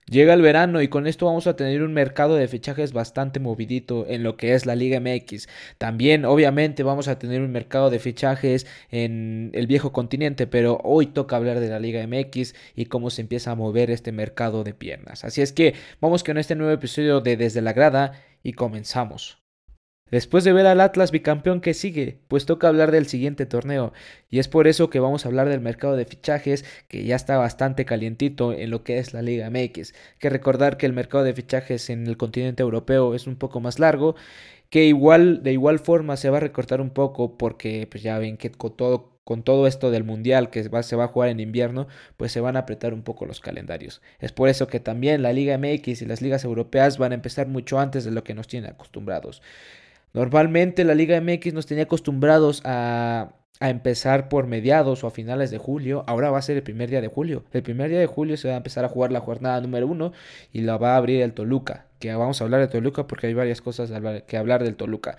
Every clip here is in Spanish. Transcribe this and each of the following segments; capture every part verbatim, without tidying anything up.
Llega el verano y con esto vamos a tener un mercado de fichajes bastante movidito en lo que es la Liga M X. También obviamente vamos a tener un mercado de fichajes en el viejo continente, pero hoy toca hablar de la Liga M X y cómo se empieza a mover este mercado de piernas. Así es que vamos con este nuevo episodio de Desde la Grada y comenzamos. Después de ver al Atlas bicampeón, que sigue, pues toca hablar del siguiente torneo, y es por eso que vamos a hablar del mercado de fichajes, que ya está bastante calientito en lo que es la Liga M X. Que recordar que el mercado de fichajes en el continente europeo es un poco más largo, que igual de igual forma se va a recortar un poco porque pues ya ven que con todo con todo esto del mundial que va, se va a jugar en invierno, pues se van a apretar un poco los calendarios. Es por eso que también la Liga M X y las ligas europeas van a empezar mucho antes de lo que nos tienen acostumbrados. Normalmente la Liga M X nos tenía acostumbrados a, a empezar por mediados o a finales de julio. Ahora va a ser el primer día de julio. El primer día de julio se va a empezar a jugar la jornada número uno y la va a abrir el Toluca. Que vamos a hablar de Toluca porque hay varias cosas que hablar del Toluca.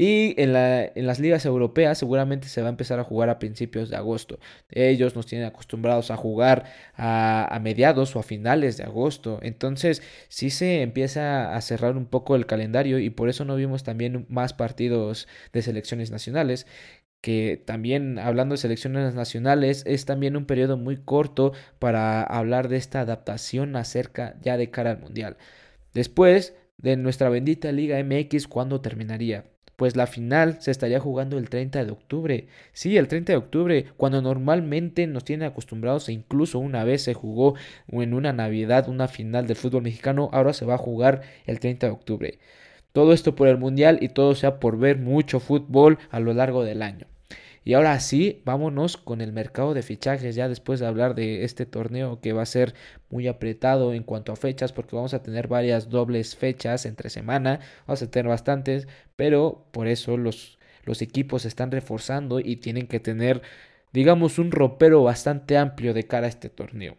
Y en, la, en las ligas europeas seguramente se va a empezar a jugar a principios de agosto. Ellos nos tienen acostumbrados a jugar a, a mediados o a finales de agosto. Entonces sí se empieza a cerrar un poco el calendario y por eso no vimos también más partidos de selecciones nacionales, que también hablando de selecciones nacionales es también un periodo muy corto para hablar de esta adaptación acerca ya de cara al mundial. Después de nuestra bendita Liga M X, ¿cuándo terminaría? Pues la final se estaría jugando el treinta de octubre. Sí, el treinta de octubre, cuando normalmente nos tienen acostumbrados e incluso una vez se jugó en una Navidad una final del fútbol mexicano, ahora se va a jugar el treinta de octubre. Todo esto por el mundial y todo sea por ver mucho fútbol a lo largo del año. Y ahora sí, vámonos con el mercado de fichajes, ya después de hablar de este torneo que va a ser muy apretado en cuanto a fechas, porque vamos a tener varias dobles fechas entre semana, vamos a tener bastantes, pero por eso los, los equipos se están reforzando y tienen que tener, digamos, un ropero bastante amplio de cara a este torneo.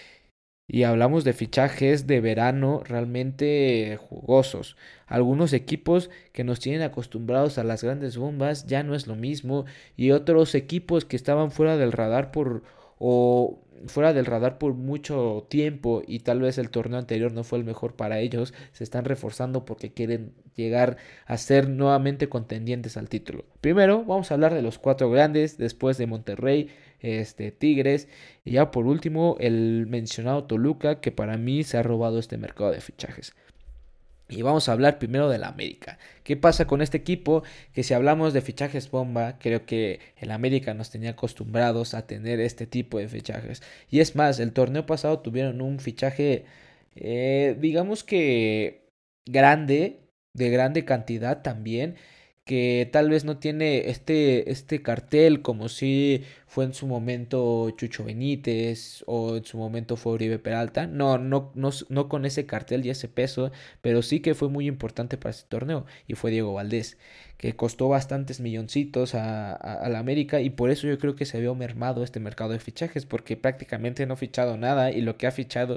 Y hablamos de fichajes de verano realmente jugosos. Algunos equipos que nos tienen acostumbrados a las grandes bombas ya no es lo mismo. Y otros equipos que estaban fuera del radar por o fuera del radar por mucho tiempo y tal vez el torneo anterior no fue el mejor para ellos, se están reforzando porque quieren llegar a ser nuevamente contendientes al título. Primero vamos a hablar de los cuatro grandes, después de Monterrey, este Tigres y ya por último, el mencionado Toluca, que para mí se ha robado este mercado de fichajes. Y vamos a hablar primero del América. ¿Qué pasa con este equipo? Que si hablamos de fichajes bomba, creo que el América nos tenía acostumbrados a tener este tipo de fichajes. Y es más, el torneo pasado tuvieron un fichaje, eh, digamos que grande, de grande cantidad también, que tal vez no tiene este, este cartel como si fue en su momento Chucho Benítez o en su momento fue Oribe Peralta. No, no, no, no con ese cartel y ese peso, pero sí que fue muy importante para este torneo y fue Diego Valdés, que costó bastantes milloncitos a, a, a la América y por eso yo creo que se vio mermado este mercado de fichajes porque prácticamente no ha fichado nada y lo que ha fichado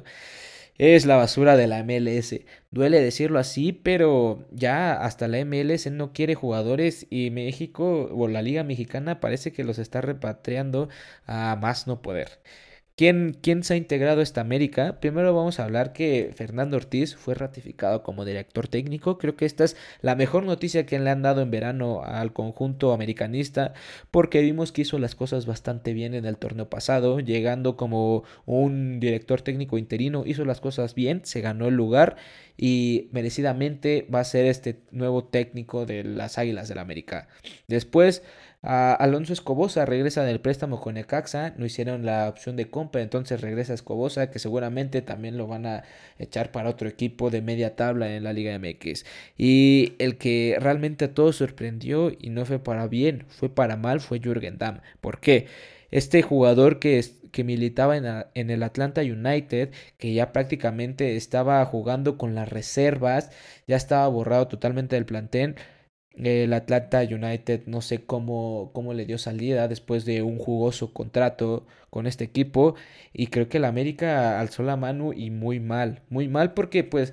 es la basura de la M L S. Duele decirlo así, pero ya hasta la M L S no quiere jugadores y México o la Liga Mexicana parece que los está repatriando a más no poder. ¿Quién, ¿Quién se ha integrado a esta América? Primero vamos a hablar que Fernando Ortiz fue ratificado como director técnico. Creo que esta es la mejor noticia que le han dado en verano al conjunto americanista porque vimos que hizo las cosas bastante bien en el torneo pasado, llegando como un director técnico interino, hizo las cosas bien, se ganó el lugar y merecidamente va a ser este nuevo técnico de las Águilas del la América. Después a Alonso Escobosa regresa del préstamo con Necaxa, no hicieron la opción de compra, entonces regresa Escobosa, que seguramente también lo van a echar para otro equipo de media tabla en la Liga M X. Y el que realmente a todos sorprendió y no fue para bien, fue para mal, fue Jürgen Damm. ¿Por qué? Este jugador que, es, que militaba en, a, en el Atlanta United, que ya prácticamente estaba jugando con las reservas, ya estaba borrado totalmente del plantel. El Atlanta United no sé cómo, cómo le dio salida después de un jugoso contrato con este equipo y creo que el América alzó la mano y muy mal, muy mal porque pues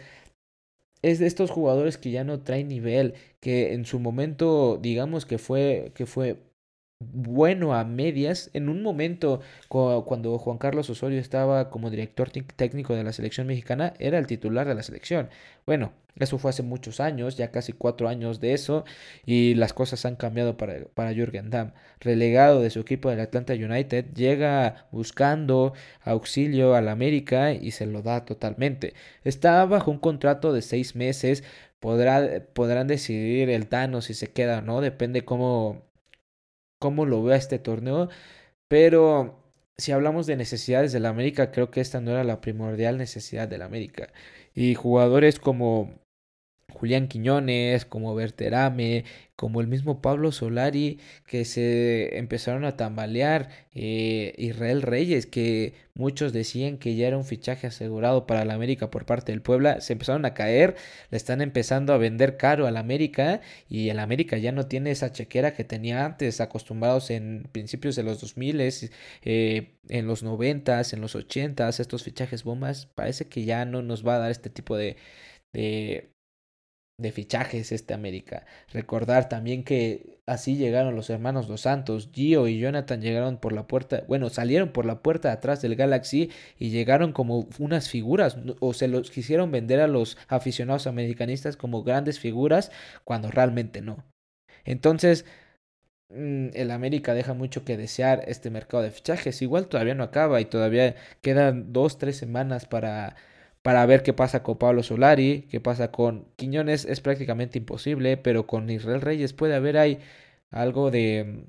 es de estos jugadores que ya no traen nivel, que en su momento digamos que fue que fue bueno a medias. En un momento, cu- cuando Juan Carlos Osorio estaba como director tec- técnico de la selección mexicana, era el titular de la selección. Bueno, eso fue hace muchos años, ya casi cuatro años de eso, y las cosas han cambiado para, para Jürgen Damm. Relegado de su equipo del Atlanta United, llega buscando auxilio al América y se lo da totalmente. Está bajo un contrato de seis meses. Podrá, podrán decidir el Tano si se queda o no, depende cómo cómo lo vea este torneo, pero si hablamos de necesidades del América, creo que esta no era la primordial necesidad del América. Y jugadores como Julián Quiñones, como Berterame, como el mismo Pablo Solari, que se empezaron a tambalear, eh, Israel Reyes, que muchos decían que ya era un fichaje asegurado para la América por parte del Puebla, se empezaron a caer, le están empezando a vender caro al América y el América ya no tiene esa chequera que tenía antes, acostumbrados en principios de los dos mil, eh, en los noventa, en los ochenta, estos fichajes bombas, parece que ya no nos va a dar este tipo de, de de fichajes este América. Recordar también que así llegaron los hermanos Dos Santos, Gio y Jonathan llegaron por la puerta, bueno, salieron por la puerta de atrás del Galaxy y llegaron como unas figuras o se los quisieron vender a los aficionados americanistas como grandes figuras cuando realmente no. Entonces, mm, el América deja mucho que desear este mercado de fichajes. Igual todavía no acaba y todavía quedan dos, tres semanas para, para ver qué pasa con Pablo Solari, qué pasa con Quiñones. Es prácticamente imposible, pero con Israel Reyes puede haber ahí algo de,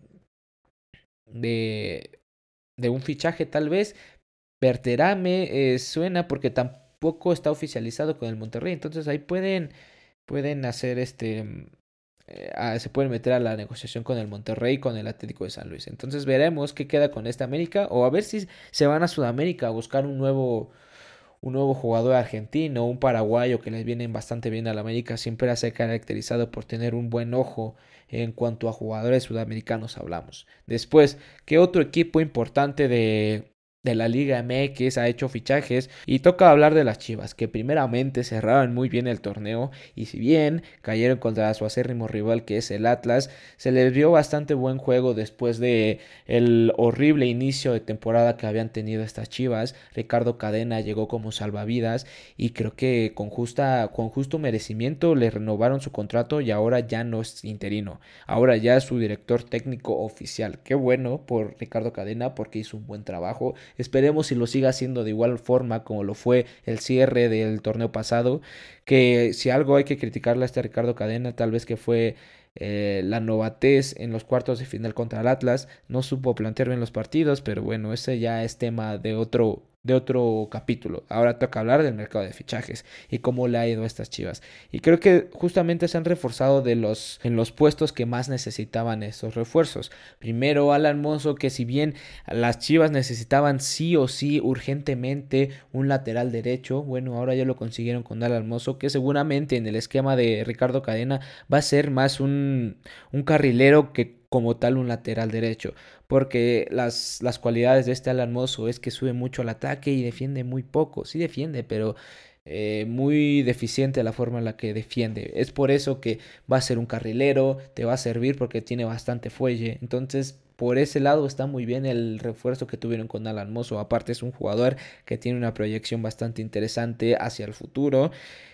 de, de un fichaje tal vez. Berterame eh, suena porque tampoco está oficializado con el Monterrey. Entonces ahí pueden, pueden hacer este eh, a- se pueden meter a la negociación con el Monterrey y con el Atlético de San Luis. Entonces veremos qué queda con esta América o a ver si se van a Sudamérica a buscar un nuevo, un nuevo jugador argentino, un paraguayo que les vienen bastante bien a la América. Siempre se ha caracterizado por tener un buen ojo en cuanto a jugadores sudamericanos hablamos. Después, ¿qué otro equipo importante de de la Liga M X ha hecho fichajes? Y toca hablar de las Chivas, que primeramente cerraron muy bien el torneo y si bien cayeron contra su acérrimo rival que es el Atlas, se les vio bastante buen juego después de el horrible inicio de temporada que habían tenido estas Chivas. Ricardo Cadena llegó como salvavidas y creo que con justa con justo merecimiento le renovaron su contrato y ahora ya no es interino, ahora ya es su director técnico oficial. Qué bueno por Ricardo Cadena porque hizo un buen trabajo. Esperemos si lo siga haciendo de igual forma como lo fue el cierre del torneo pasado, que si algo hay que criticarle a este Ricardo Cadena, tal vez que fue eh, la novatez en los cuartos de final contra el Atlas, no supo plantear bien los partidos, pero bueno, ese ya es tema de otro de otro capítulo. Ahora toca hablar del mercado de fichajes y cómo le ha ido a estas Chivas. Y creo que justamente se han reforzado de los en los puestos que más necesitaban esos refuerzos. Primero Alan Mozo, que si bien las Chivas necesitaban sí o sí urgentemente un lateral derecho, bueno, ahora ya lo consiguieron con Alan Mozo, que seguramente en el esquema de Ricardo Cadena va a ser más un, un carrilero que como tal un lateral derecho, porque las, las cualidades de este Alan Mozo es que sube mucho al ataque y defiende muy poco, sí defiende, pero eh, muy deficiente la forma en la que defiende. Es por eso que va a ser un carrilero, te va a servir porque tiene bastante fuelle. Entonces, por ese lado está muy bien el refuerzo que tuvieron con Alan Mozo. Aparte es un jugador que tiene una proyección bastante interesante hacia el futuro.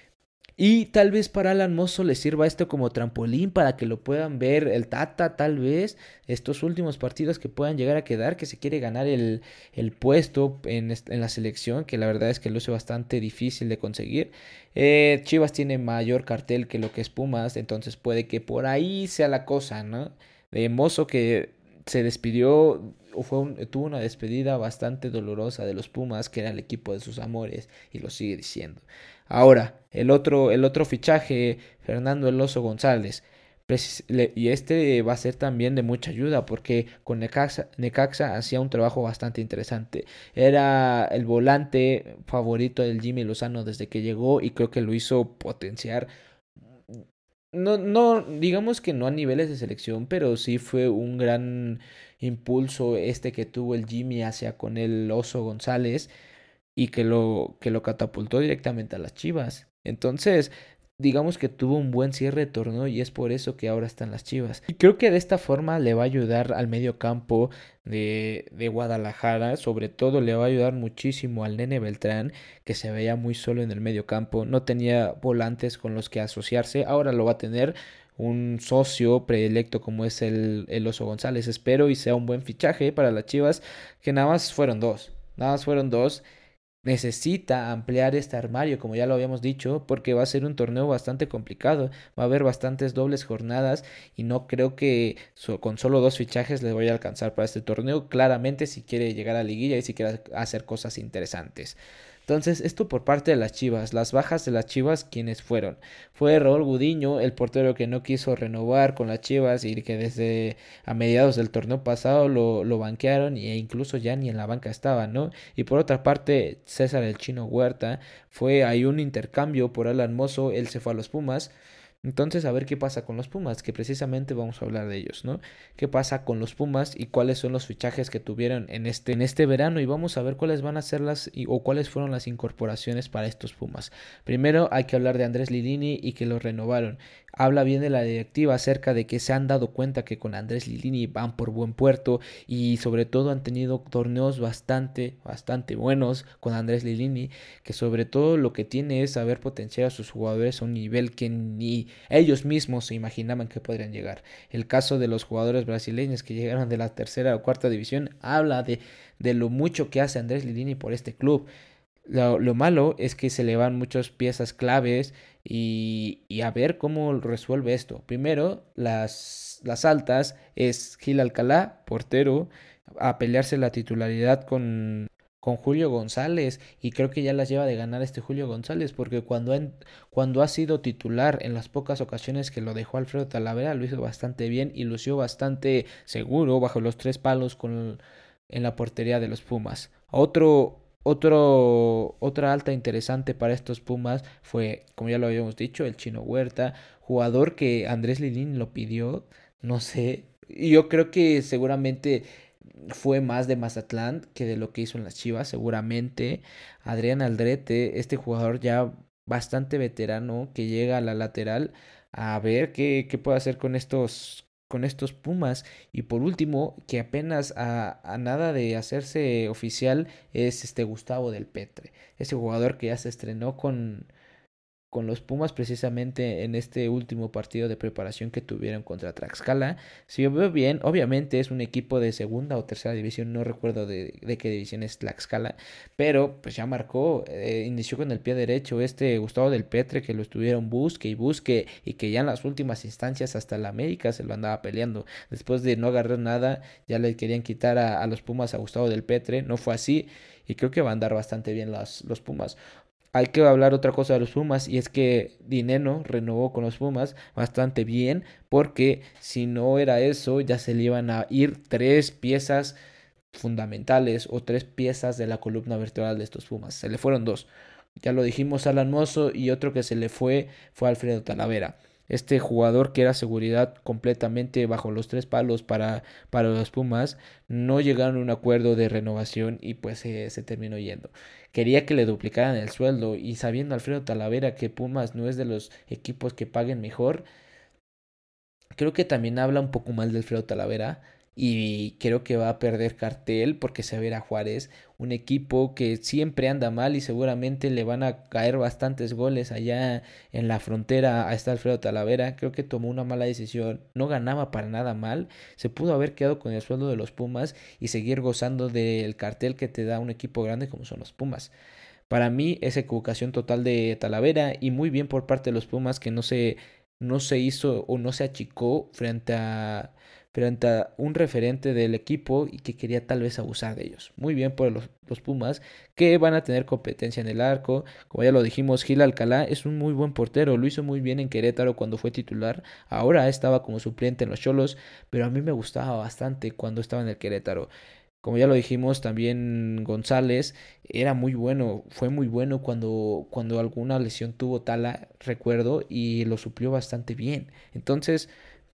Y tal vez para Alan Mozo le sirva esto como trampolín para que lo puedan ver el Tata, tal vez, estos últimos partidos que puedan llegar a quedar, que se quiere ganar el, el puesto en, en la selección, que la verdad es que luce bastante difícil de conseguir. Eh, Chivas tiene mayor cartel que lo que es Pumas, entonces puede que por ahí sea la cosa, ¿no? De Mozo que se despidió, o fue un, tuvo una despedida bastante dolorosa de los Pumas, que era el equipo de sus amores, y lo sigue diciendo. Ahora, el otro, el otro fichaje, Fernando El Oso González. Y este va a ser también de mucha ayuda porque con Necaxa, Necaxa hacía un trabajo bastante interesante. Era el volante favorito del Jimmy Lozano desde que llegó y creo que lo hizo potenciar. No, no, digamos que no a niveles de selección, pero sí fue un gran impulso este que tuvo el Jimmy hacia con el Oso González y que lo, que lo catapultó directamente a las Chivas. Entonces, digamos que tuvo un buen cierre de torneo y es por eso que ahora están las Chivas. Y creo que de esta forma le va a ayudar al medio campo de, de Guadalajara, sobre todo le va a ayudar muchísimo al Nene Beltrán, que se veía muy solo en el medio campo, no tenía volantes con los que asociarse, ahora lo va a tener un socio predilecto como es el, el Oso González. Espero y sea un buen fichaje para las Chivas, que nada más fueron dos, nada más fueron dos. Necesita ampliar este armario, como ya lo habíamos dicho, porque va a ser un torneo bastante complicado. Va a haber bastantes dobles jornadas y no creo que so- con solo dos fichajes le vaya a alcanzar para este torneo. Claramente, si quiere llegar a liguilla y si quiere hacer cosas interesantes. Entonces, esto por parte de las Chivas. Las bajas de las Chivas, ¿quiénes fueron? Fue Raúl Gudiño, el portero que no quiso renovar con las Chivas y que desde a mediados del torneo pasado lo, lo banquearon e incluso ya ni en la banca estaba, ¿no? Y por otra parte, César el Chino Huerta, fue ahí un intercambio por Alan Mozo, él se fue a los Pumas. Entonces, a ver qué pasa con los Pumas, que precisamente vamos a hablar de ellos, ¿no? ¿Qué pasa con los Pumas y cuáles son los fichajes que tuvieron en este, en este verano? Y vamos a ver cuáles van a ser las y- o cuáles fueron las incorporaciones para estos Pumas. Primero hay que hablar de Andrés Lilini y que lo renovaron. Habla bien de la directiva acerca de que se han dado cuenta que con Andrés Lilini van por buen puerto y sobre todo han tenido torneos bastante, bastante buenos con Andrés Lilini, que sobre todo lo que tiene es saber potenciar a sus jugadores a un nivel que ni ellos mismos se imaginaban que podrían llegar. El caso de los jugadores brasileños que llegaron de la tercera o cuarta división habla de, de lo mucho que hace Andrés Lilini por este club. Lo, lo malo es que se le van muchas piezas claves y, y a ver cómo resuelve esto. Primero, las, las altas es Gil Alcalá, portero, a pelearse la titularidad con, con Julio González y creo que ya las lleva de ganar este Julio González porque cuando, en, cuando ha sido titular en las pocas ocasiones que lo dejó Alfredo Talavera lo hizo bastante bien y lució bastante seguro bajo los tres palos con, en la portería de los Pumas. Otro, otro, otra alta interesante para estos Pumas fue, como ya lo habíamos dicho, el Chino Huerta, jugador que Andrés Lilín lo pidió, no sé, y yo creo que seguramente fue más de Mazatlán que de lo que hizo en las Chivas, seguramente. Adrián Aldrete, este jugador ya bastante veterano que llega a la lateral a ver qué, qué puede hacer con estos con estos Pumas. Y por último, que apenas a, a nada de hacerse oficial es este Gustavo del Petre, ese jugador que ya se estrenó con con los Pumas precisamente en este último partido de preparación que tuvieron contra Tlaxcala. Si yo veo bien, obviamente es un equipo de segunda o tercera división, no recuerdo de, de qué división es Tlaxcala, pero pues ya marcó, eh, inició con el pie derecho este Gustavo del Petre que lo estuvieron busque y busque y que ya en las últimas instancias hasta la América se lo andaba peleando. Después de no agarrar nada, ya le querían quitar a, a los Pumas a Gustavo del Petre, no fue así y creo que va a andar bastante bien los, los Pumas. Hay que hablar otra cosa de los Pumas y es que Dineno renovó con los Pumas bastante bien porque si no era eso ya se le iban a ir tres piezas fundamentales o tres piezas de la columna vertebral de estos Pumas. Se le fueron dos. Ya lo dijimos, Alan Mozo y otro que se le fue fue Alfredo Talavera. Este jugador que era seguridad completamente bajo los tres palos para, para los Pumas, no llegaron a un acuerdo de renovación y pues eh, se terminó yendo. Quería que le duplicaran el sueldo y sabiendo Alfredo Talavera que Pumas no es de los equipos que paguen mejor, creo que también habla un poco mal de Alfredo Talavera y creo que va a perder cartel porque se verá Juárez, un equipo que siempre anda mal y seguramente le van a caer bastantes goles allá en la frontera a este Alfredo Talavera. Creo que tomó una mala decisión, no ganaba para nada mal, se pudo haber quedado con el sueldo de los Pumas y seguir gozando del cartel que te da un equipo grande como son los Pumas. Para mí es equivocación total de Talavera y muy bien por parte de los Pumas que no se, no se hizo o no se achicó frente a, frente a un referente del equipo y que quería tal vez abusar de ellos. Muy bien por los, los Pumas que van a tener competencia en el arco. Como ya lo dijimos, Gil Alcalá es un muy buen portero. Lo hizo muy bien en Querétaro cuando fue titular. Ahora estaba como suplente en los Cholos, pero a mí me gustaba bastante cuando estaba en el Querétaro. Como ya lo dijimos, también González era muy bueno, fue muy bueno cuando, cuando alguna lesión tuvo Tala, recuerdo, y lo suplió bastante bien. Entonces,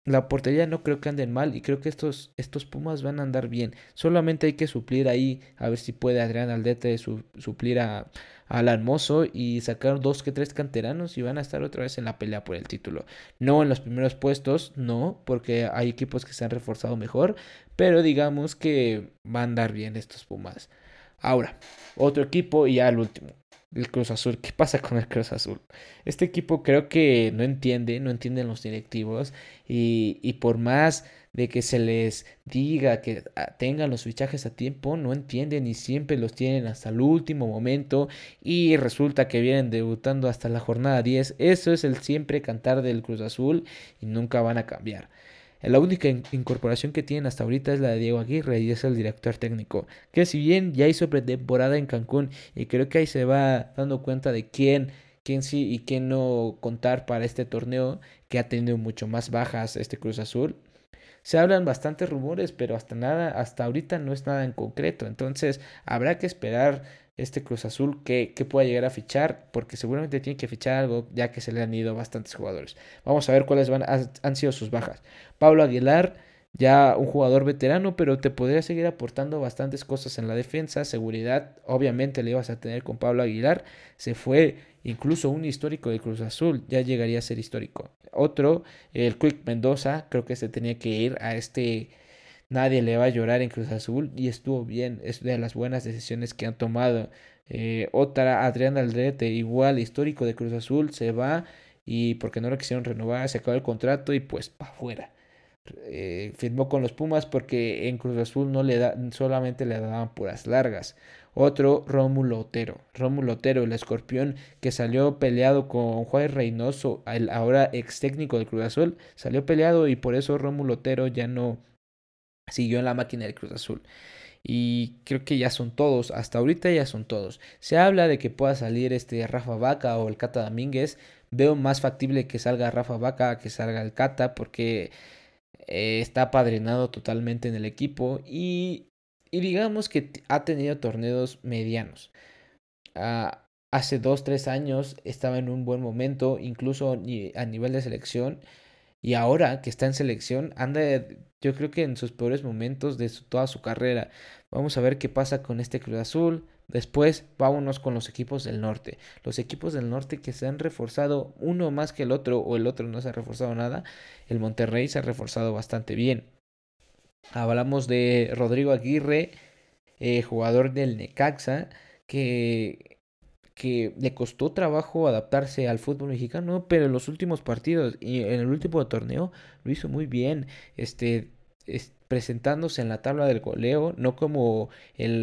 la portería no creo que anden mal y creo que estos, estos Pumas van a andar bien. Solamente hay que suplir ahí, a ver si puede Adrián Aldete su, suplir a, a Alan Mozo y sacar dos que tres canteranos y van a estar otra vez en la pelea por el título. No en los primeros puestos, no, porque hay equipos que se han reforzado mejor, pero digamos que va a andar bien estos Pumas. Ahora, otro equipo y ya el último. El Cruz Azul. ¿Qué pasa con el Cruz Azul? Este equipo creo que no entiende, no entienden los directivos y, y por más de que se les diga que tengan los fichajes a tiempo, no entienden y siempre los tienen hasta el último momento y resulta que vienen debutando hasta la jornada diez. Eso es el siempre cantar del Cruz Azul y nunca van a cambiar. La única incorporación que tienen hasta ahorita es la de Diego Aguirre y es el director técnico, que si bien ya hizo pretemporada en Cancún y creo que ahí se va dando cuenta de quién, quién sí y quién no contar para este torneo, que ha tenido mucho más bajas este Cruz Azul. Se hablan bastantes rumores, pero hasta nada, hasta ahorita no es nada en concreto. Entonces habrá que esperar este Cruz Azul que, que pueda llegar a fichar, porque seguramente tiene que fichar algo, ya que se le han ido bastantes jugadores. Vamos a ver cuáles van, han sido sus bajas. Pablo Aguilar, ya un jugador veterano, pero te podría seguir aportando bastantes cosas en la defensa, seguridad, obviamente le ibas a tener con Pablo Aguilar, se fue incluso un histórico de Cruz Azul, ya llegaría a ser histórico. Otro, el Quick Mendoza, creo que se tenía que ir a este, nadie le va a llorar en Cruz Azul y estuvo bien, es de las buenas decisiones que han tomado. Eh, otra, Adrián Aldrete, igual histórico de Cruz Azul, se va y porque no lo quisieron renovar, se acabó el contrato y pues para afuera. Eh, firmó con los Pumas porque en Cruz Azul no le da, solamente le daban puras largas. Otro, Rómulo Otero. Rómulo Otero, el escorpión que salió peleado con Juárez Reynoso, el ahora ex técnico del Cruz Azul, salió peleado y por eso Rómulo Otero ya no siguió en la máquina del Cruz Azul. Y creo que ya son todos, hasta ahorita ya son todos. Se habla de que pueda salir este Rafa Vaca o el Cata Domínguez. Veo más factible que salga Rafa Vaca que salga el Cata porque eh, está apadrinado totalmente en el equipo y, y digamos que ha tenido torneos medianos. Uh, hace dos tres años estaba en un buen momento, incluso a nivel de selección, y ahora que está en selección anda, yo creo que en sus peores momentos de su, toda su carrera. Vamos a ver qué pasa con este Cruz Azul. Después vámonos con los equipos del norte. Los equipos del norte que se han reforzado uno más que el otro o el otro no se ha reforzado nada. El Monterrey se ha reforzado bastante bien. Hablamos de Rodrigo Aguirre, eh, jugador del Necaxa, que, que le costó trabajo adaptarse al fútbol mexicano, pero en los últimos partidos y en el último torneo lo hizo muy bien. Este, es, presentándose en la tabla del goleo, no como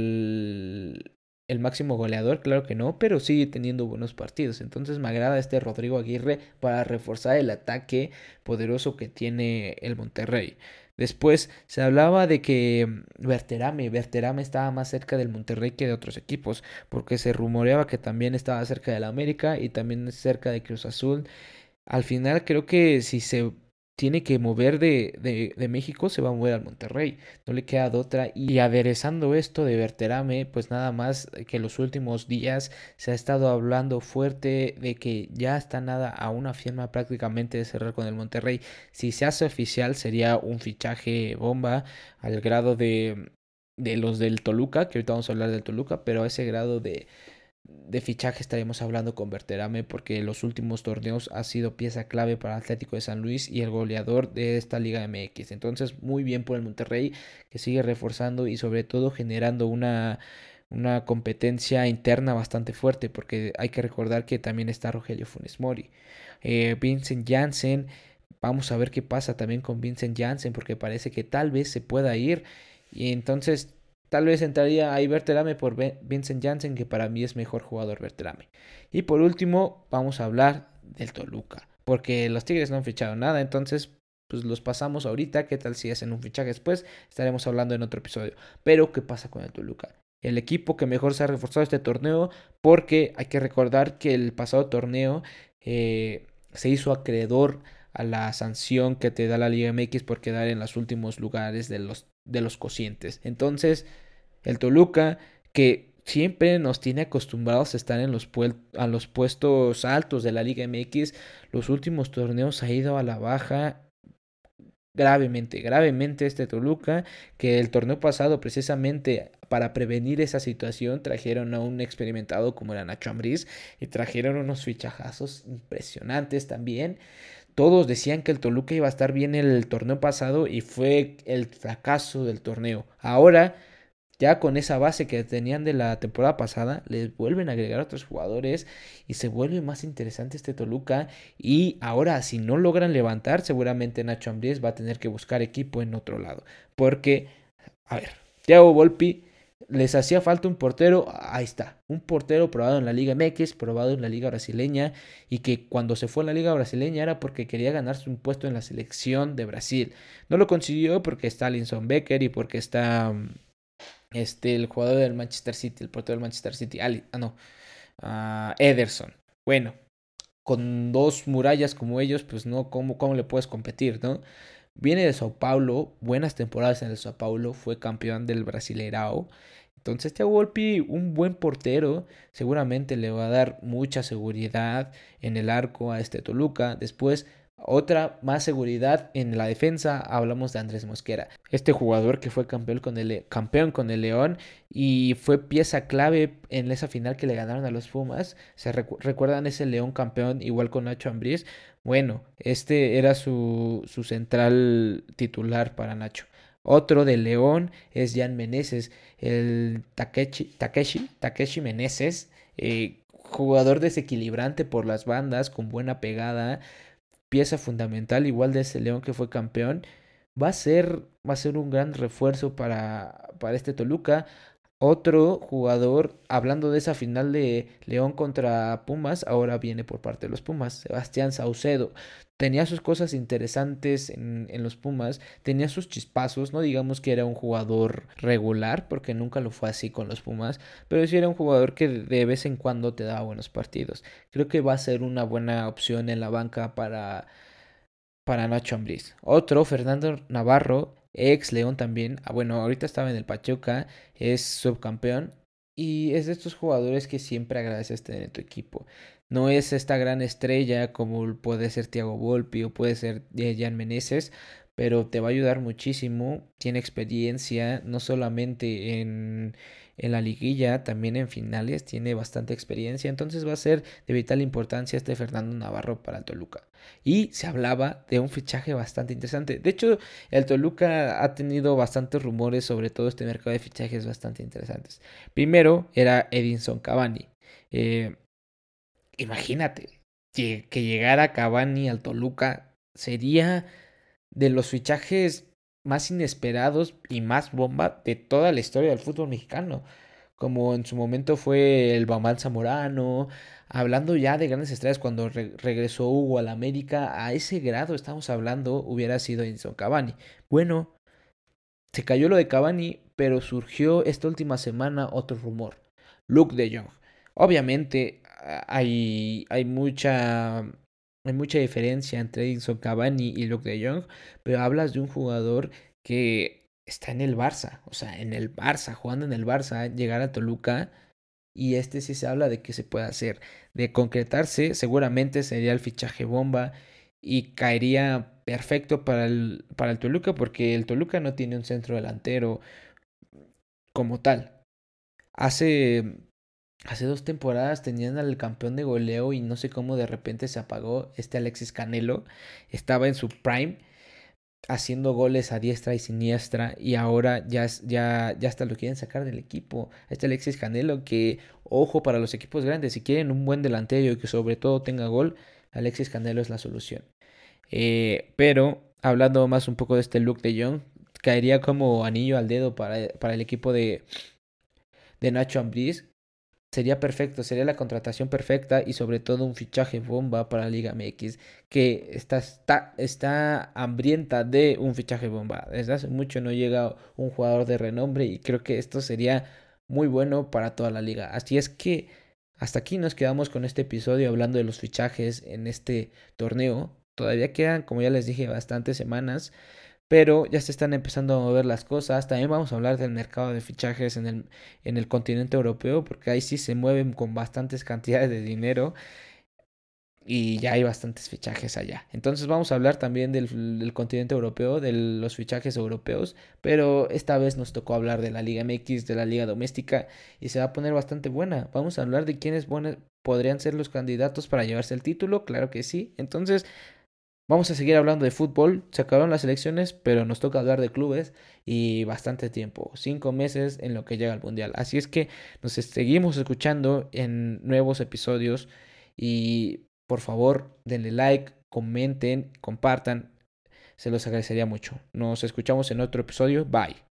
el, el máximo goleador, claro que no, pero sigue teniendo buenos partidos. Entonces me agrada este Rodrigo Aguirre para reforzar el ataque poderoso que tiene el Monterrey. Después se hablaba de que Berterame, Berterame estaba más cerca del Monterrey que de otros equipos, porque se rumoreaba que también estaba cerca del América y también cerca de Cruz Azul. Al final creo que si se tiene que mover de, de, de México, se va a mover al Monterrey. No le queda de otra. Y aderezando esto de Berterame, pues nada más que los últimos días se ha estado hablando fuerte de que ya está nada a una firma prácticamente de cerrar con el Monterrey. Si se hace oficial, sería un fichaje bomba al grado de, de los del Toluca, que ahorita vamos a hablar del Toluca, pero a ese grado de de fichaje estaremos hablando con Berterame porque los últimos torneos ha sido pieza clave para Atlético de San Luis y el goleador de esta Liga M X. Entonces, muy bien por el Monterrey que sigue reforzando y sobre todo generando una, una competencia interna bastante fuerte porque hay que recordar que también está Rogelio Funes Mori. Eh, Vincent Janssen, vamos a ver qué pasa también con Vincent Janssen porque parece que tal vez se pueda ir y entonces tal vez entraría ahí Berterame por Vincent Janssen, que para mí es mejor jugador Berterame. Y por último, vamos a hablar del Toluca. Porque los Tigres no han fichado nada, entonces pues los pasamos ahorita. ¿Qué tal si hacen un fichaje después? Estaremos hablando en otro episodio. Pero, ¿qué pasa con el Toluca? El equipo que mejor se ha reforzado este torneo, porque hay que recordar que el pasado torneo eh, se hizo acreedor a la sanción que te da la Liga M X por quedar en los últimos lugares de los de los cocientes. Entonces, el Toluca, que siempre nos tiene acostumbrados a estar en los, pu- a los puestos altos de la Liga M X, los últimos torneos ha ido a la baja gravemente, gravemente este Toluca, que el torneo pasado precisamente para prevenir esa situación trajeron a un experimentado como era Nacho Ambriz y trajeron unos fichajazos impresionantes también. Todos decían que el Toluca iba a estar bien el torneo pasado y fue el fracaso del torneo. Ahora, ya con esa base que tenían de la temporada pasada, les vuelven a agregar otros jugadores y se vuelve más interesante este Toluca. Y ahora, si no logran levantar, seguramente Nacho Ambriz va a tener que buscar equipo en otro lado. Porque, a ver, Thiago Volpi les hacía falta un portero, ahí está, un portero probado en la Liga M X, probado en la Liga Brasileña, y que cuando se fue a la Liga Brasileña era porque quería ganarse un puesto en la selección de Brasil. No lo consiguió porque está Alisson Becker y porque está este, el jugador del Manchester City, el portero del Manchester City, Ali, ah no, uh, Ederson. Bueno, con dos murallas como ellos, pues no, ¿cómo, cómo le puedes competir, no? Viene de Sao Paulo, buenas temporadas en el Sao Paulo, fue campeón del Brasileirao. Entonces Thiago Volpi, un buen portero, seguramente le va a dar mucha seguridad en el arco a este Toluca. Después, otra más seguridad en la defensa, hablamos de Andrés Mosquera. Este jugador que fue campeón con el, campeón con el León y fue pieza clave en esa final que le ganaron a los Pumas. ¿Se recu- recuerdan ese León campeón igual con Nacho Ambriz? Bueno, este era su, su central titular para Nacho. Otro de León es Jan Meneses, el Takeshi, Takeshi, Takeshi Meneses, eh, jugador desequilibrante por las bandas, con buena pegada, pieza fundamental igual de ese León que fue campeón. Va a ser, va a ser un gran refuerzo para, para este Toluca. Otro jugador, hablando de esa final de León contra Pumas, ahora viene por parte de los Pumas, Sebastián Saucedo. Tenía sus cosas interesantes en, en los Pumas, tenía sus chispazos, no digamos que era un jugador regular, porque nunca lo fue así con los Pumas, pero sí era un jugador que de vez en cuando te daba buenos partidos. Creo que va a ser una buena opción en la banca para para Nacho Ambriz. Otro, Fernando Navarro, ex León también. Ah, bueno, ahorita estaba en el Pachuca, es subcampeón. Y es de estos jugadores que siempre agradeces tener en tu equipo. No es esta gran estrella como puede ser Thiago Volpi o puede ser Jan Meneses, pero te va a ayudar muchísimo. Tiene experiencia, no solamente en, en la liguilla, también en finales, tiene bastante experiencia. Entonces va a ser de vital importancia este Fernando Navarro para el Toluca. Y se hablaba de un fichaje bastante interesante. De hecho, el Toluca ha tenido bastantes rumores sobre todo este mercado de fichajes bastante interesantes. Primero era Edinson Cavani. Eh, imagínate que, que llegara Cavani al Toluca sería de los fichajes más inesperados y más bomba de toda la historia del fútbol mexicano. Como en su momento fue el Bamán Zamorano, hablando ya de grandes estrellas cuando re- regresó Hugo a la América, a ese grado estamos hablando, hubiera sido Edinson Cavani. Bueno, se cayó lo de Cavani, pero surgió esta última semana otro rumor, Luke de Jong. Obviamente hay, hay mucha hay mucha diferencia entre Edinson Cavani y Luke de Jong, pero hablas de un jugador que está en el Barça, o sea, en el Barça, jugando en el Barça, llegar a Toluca y este sí se habla de que se puede hacer. De concretarse, seguramente sería el fichaje bomba y caería perfecto para el, para el Toluca porque el Toluca no tiene un centro delantero como tal. Hace, hace dos temporadas tenían al campeón de goleo y no sé cómo de repente se apagó este Alexis Canelo. Estaba en su prime haciendo goles a diestra y siniestra y ahora ya, ya, ya hasta lo quieren sacar del equipo. Este Alexis Canelo que, ojo para los equipos grandes, si quieren un buen delantero y que sobre todo tenga gol, Alexis Canelo es la solución. Eh, pero hablando más un poco de este look de Young, caería como anillo al dedo para, para el equipo de, de Nacho Ambriz. Sería perfecto, sería la contratación perfecta y sobre todo un fichaje bomba para la Liga M X que está, está, está hambrienta de un fichaje bomba. Desde hace mucho no llega un jugador de renombre y creo que esto sería muy bueno para toda la liga. Así es que hasta aquí nos quedamos con este episodio hablando de los fichajes en este torneo. Todavía quedan, como ya les dije, bastantes semanas, pero ya se están empezando a mover las cosas. También vamos a hablar del mercado de fichajes en el, en el continente europeo, porque ahí sí se mueven con bastantes cantidades de dinero. y ya hay bastantes fichajes allá. Entonces vamos a hablar también del, del continente europeo, de los fichajes europeos, pero esta vez nos tocó hablar de la Liga M X, de la Liga Doméstica, y se va a poner bastante buena. Vamos a hablar de quiénes buenos podrían ser los candidatos para llevarse el título, claro que sí. Entonces vamos a seguir hablando de fútbol. Se acabaron las elecciones, pero nos toca hablar de clubes y bastante tiempo. Cinco meses en lo que llega al Mundial. Así es que nos seguimos escuchando en nuevos episodios y por favor denle like, comenten, compartan. Se los agradecería mucho. Nos escuchamos en otro episodio. Bye.